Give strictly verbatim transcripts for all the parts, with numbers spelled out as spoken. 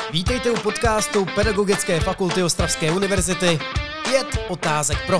Vítejte u podcastu Pedagogické fakulty Ostravské univerzity Pět otázek pro.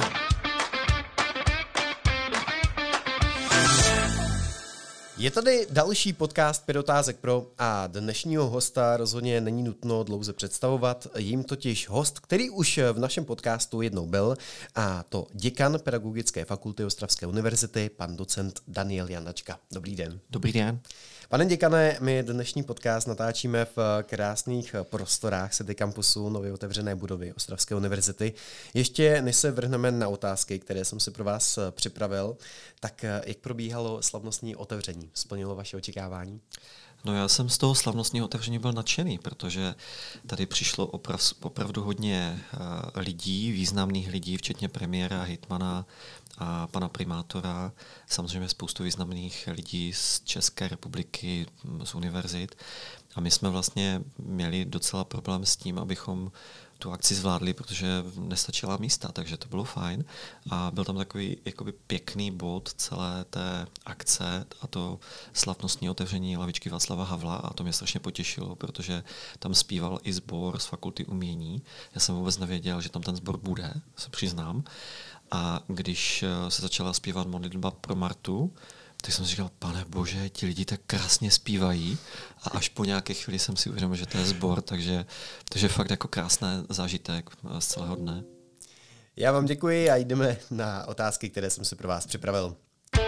Je tady další podcast Pět otázek pro a dnešního hosta rozhodně není nutno dlouze představovat. Jím totiž host, který už v našem podcastu jednou byl, a to děkan Pedagogické fakulty Ostravské univerzity, pan docent Daniel Janačka. Dobrý den. Dobrý den. Pane děkane, my dnešní podcast natáčíme v krásných prostorách City Campusu nově otevřené budovy Ostravské univerzity. Ještě než se vrhneme na otázky, které jsem si pro vás připravil, tak jak probíhalo slavnostní otevření? Splnilo vaše očekávání? No já jsem z toho slavnostního otevření byl nadšený, protože tady přišlo oprav, opravdu hodně uh, lidí, významných lidí, včetně premiéra, hejtmana a pana primátora, samozřejmě spoustu významných lidí z České republiky, z univerzit. A my jsme vlastně měli docela problém s tím, abychom tu akci zvládli, protože nestačila místa, takže to bylo fajn. A byl tam takový jakoby pěkný bod celé té akce, a to slavnostní otevření lavičky Václava Havla, a to mě strašně potěšilo, protože tam zpíval i sbor z Fakulty umění. Já jsem vůbec nevěděl, že tam ten sbor bude, se přiznám. A když se začala zpívat modlitba pro Martu, tak jsem si říkal, pane bože, ti lidi tak krásně zpívají, a až po nějaké chvíli jsem si uvědomil, že to je sbor, takže, takže fakt jako krásný zážitek z celého dne. Já vám děkuji a jdeme na otázky, které jsem si pro vás připravil.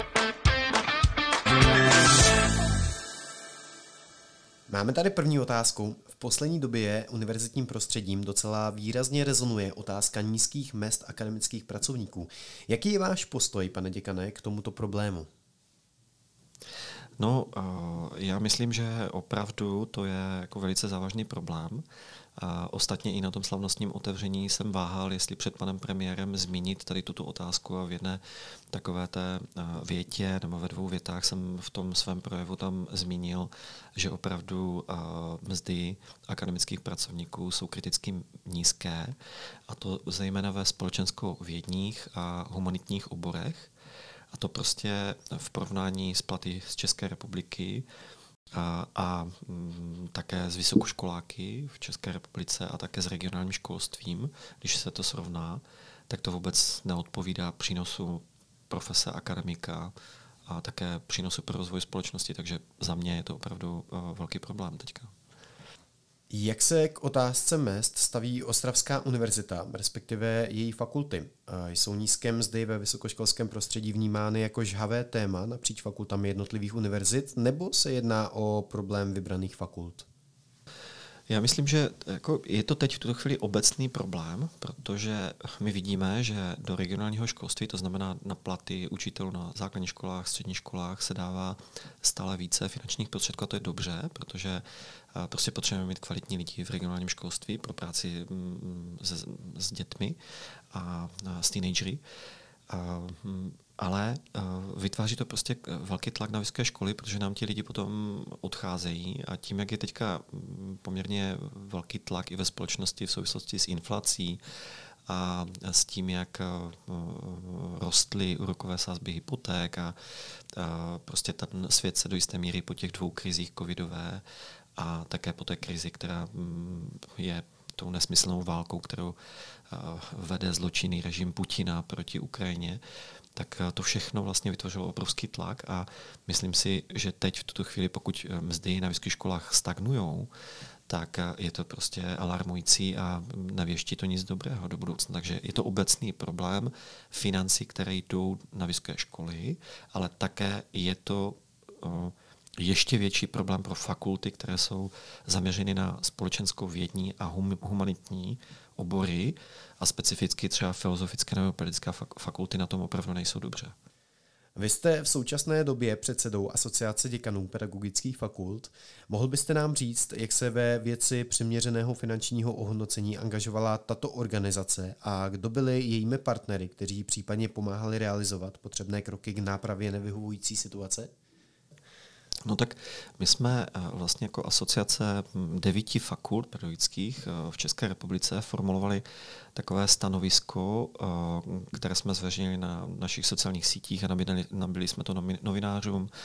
Máme tady první otázku. V poslední době univerzitním prostředím docela výrazně rezonuje otázka nízkých mezd akademických pracovníků. Jaký je váš postoj, pane děkane, k tomuto problému? No, já myslím, že opravdu to je jako velice závažný problém. A ostatně i na tom slavnostním otevření jsem váhal, jestli před panem premiérem zmínit tady tuto otázku, a v jedné takové té větě nebo ve dvou větách jsem v tom svém projevu tam zmínil, že opravdu mzdy akademických pracovníků jsou kriticky nízké, a to zejména ve společenskovědních a humanitních oborech. A to prostě v porovnání s platy z České republiky a, a m, také s vysokoškoláky v České republice a také s regionálním školstvím, když se to srovná, tak to vůbec neodpovídá přínosu profese akademika a také přínosu pro rozvoj společnosti. Takže za mě je to opravdu uh, velký problém teďka. Jak se k otázce mezd staví Ostravská univerzita, respektive její fakulty? Jsou nízké mzdy ve vysokoškolském prostředí vnímány jako žhavé téma napříč fakultami jednotlivých univerzit, nebo se jedná o problém vybraných fakult? Já myslím, že jako je to teď v tuto chvíli obecný problém, protože my vidíme, že do regionálního školství, to znamená na platy učitelů na základních školách, středních školách, se dává stále více finančních prostředků, a to je dobře, protože prostě potřebujeme mít kvalitní lidi v regionálním školství pro práci s, s dětmi a s teenagery. Ale vytváří to prostě velký tlak na vysoké školy, protože nám ti lidi potom odcházejí, a tím, jak je teďka poměrně velký tlak i ve společnosti v souvislosti s inflací a s tím, jak rostly úrokové sazby hypoték, a prostě ten svět se do jisté míry po těch dvou krizích covidové a také po té krizi, která je tou nesmyslnou válkou, kterou vede zločinný režim Putina proti Ukrajině, tak to všechno vlastně vytvořilo obrovský tlak, a myslím si, že teď v tuto chvíli, pokud mzdy na vysokých školách stagnujou, tak je to prostě alarmující a nevěští to nic dobrého do budoucna. Takže je to obecný problém financí, které jdou na vysoké školy, ale také je to o, ještě větší problém pro fakulty, které jsou zaměřeny na společenskou-vědní a hum, humanitní obory, a specificky třeba filozofické nebo pedagogické fakulty na tom opravdu nejsou dobře. Vy jste v současné době předsedou Asociace děkanů pedagogických fakult. Mohl byste nám říct, jak se ve věci přiměřeného finančního ohodnocení angažovala tato organizace a kdo byli jejími partnery, kteří případně pomáhali realizovat potřebné kroky k nápravě nevyhovující situace? No tak my jsme vlastně jako asociace devíti fakult pedagogických v České republice formulovali takové stanovisko, které jsme zveřejnili na našich sociálních sítích, a nabídli, nabídli jsme to novinářům,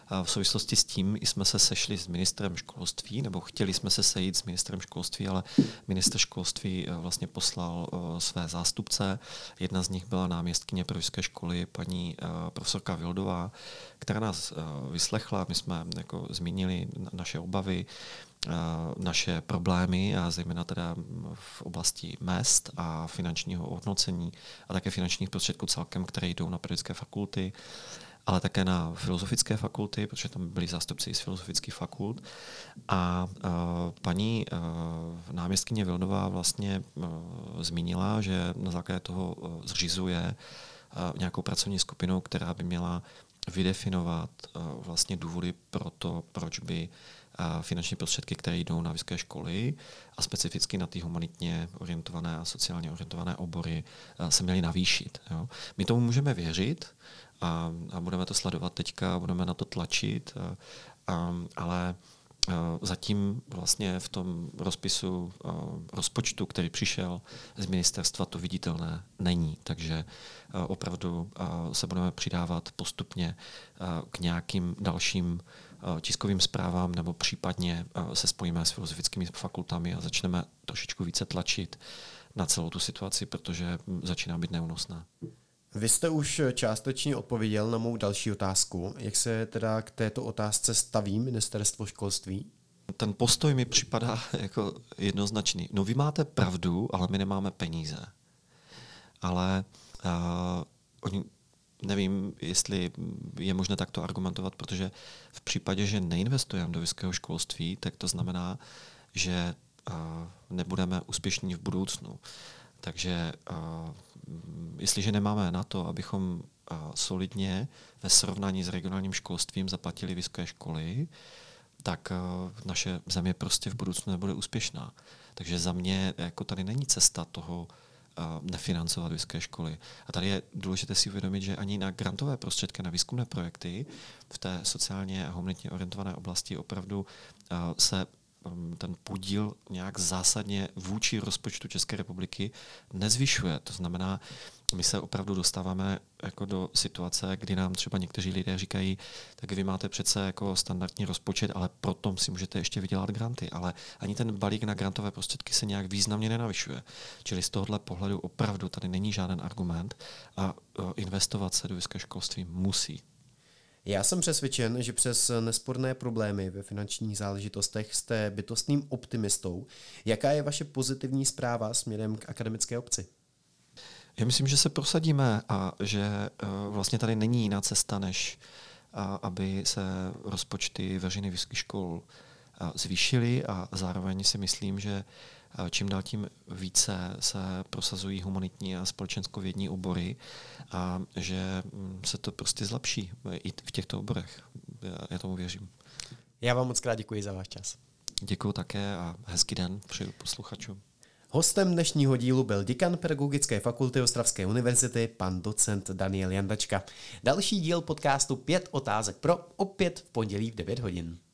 v souvislosti s tím jsme se sešli s ministrem školství, nebo chtěli jsme se sejít s ministrem školství, ale ministr školství vlastně poslal své zástupce. Jedna z nich byla náměstkyně pro vysoké školy, paní profesorka Vildová, která nás vyslechla. My jsme jako zmínili naše obavy, naše problémy a zejména teda v oblasti mezd a finančního ohodnocení a také finančních prostředků celkem, které jdou na pedagogické fakulty, ale také na filozofické fakulty, protože tam byli zástupci z filozofických fakult. A uh, paní uh, náměstkyně Vildová vlastně uh, zmínila, že na základě toho uh, zřizuje uh, nějakou pracovní skupinu, která by měla vydefinovat uh, vlastně důvody pro to, proč by finanční prostředky, které jdou na vysoké školy a specificky na ty humanitně orientované a sociálně orientované obory se měly navýšit. Jo. My tomu můžeme věřit a, a budeme to sledovat teďka a budeme na to tlačit, a, a, ale a, zatím vlastně v tom rozpisu a, rozpočtu, který přišel z ministerstva, to viditelné není. Takže a, opravdu a, se budeme přidávat postupně a, k nějakým dalším tiskovým zprávám nebo případně se spojíme s filozofickými fakultami a začneme trošičku více tlačit na celou tu situaci, protože začíná být neúnosná. Vy jste už částečně odpověděl na mou další otázku. Jak se teda k této otázce staví ministerstvo školství? Ten postoj mi připadá jako jednoznačný. No vy máte pravdu, ale my nemáme peníze. Ale uh, oni nevím, jestli je možné takto argumentovat, protože v případě, že neinvestujeme do vysokého školství, tak to znamená, že uh, nebudeme úspěšní v budoucnu. Takže uh, jestliže nemáme na to, abychom uh, solidně ve srovnání s regionálním školstvím zaplatili vysoké školy, tak uh, naše země prostě v budoucnu nebude úspěšná. Takže za mě jako tady není cesta toho nefinancovat vysoké školy. A tady je důležité si uvědomit, že ani na grantové prostředky, na výzkumné projekty v té sociálně a humanitně orientované oblasti opravdu se ten podíl nějak zásadně vůči rozpočtu České republiky nezvyšuje. To znamená, my se opravdu dostáváme jako do situace, kdy nám třeba někteří lidé říkají, tak vy máte přece jako standardní rozpočet, ale potom si můžete ještě vydělat granty. Ale ani ten balík na grantové prostředky se nějak významně nenavyšuje. Čili z tohohle pohledu opravdu tady není žádný argument a investovat se do vysokého školství musí. Já jsem přesvědčen, že přes nesporné problémy ve finančních záležitostech jste bytostným optimistou. Jaká je vaše pozitivní zpráva směrem k akademické obci? Já myslím, že se prosadíme a že uh, vlastně tady není jiná cesta, než uh, aby se rozpočty veřejných vysokých škol uh, zvýšily a zároveň si myslím, že uh, čím dál tím více se prosazují humanitní a společenskovědní obory a že um, se to prostě zlepší i v těchto oborech. Já, já tomu věřím. Já vám moc krát děkuji za váš čas. Děkuji také a hezký den přeju posluchačům. Hostem dnešního dílu byl děkan Pedagogické fakulty Ostravské univerzity, pan docent Daniel Jandačka. Další díl podcastu Pět otázek pro opět v pondělí v devět hodin.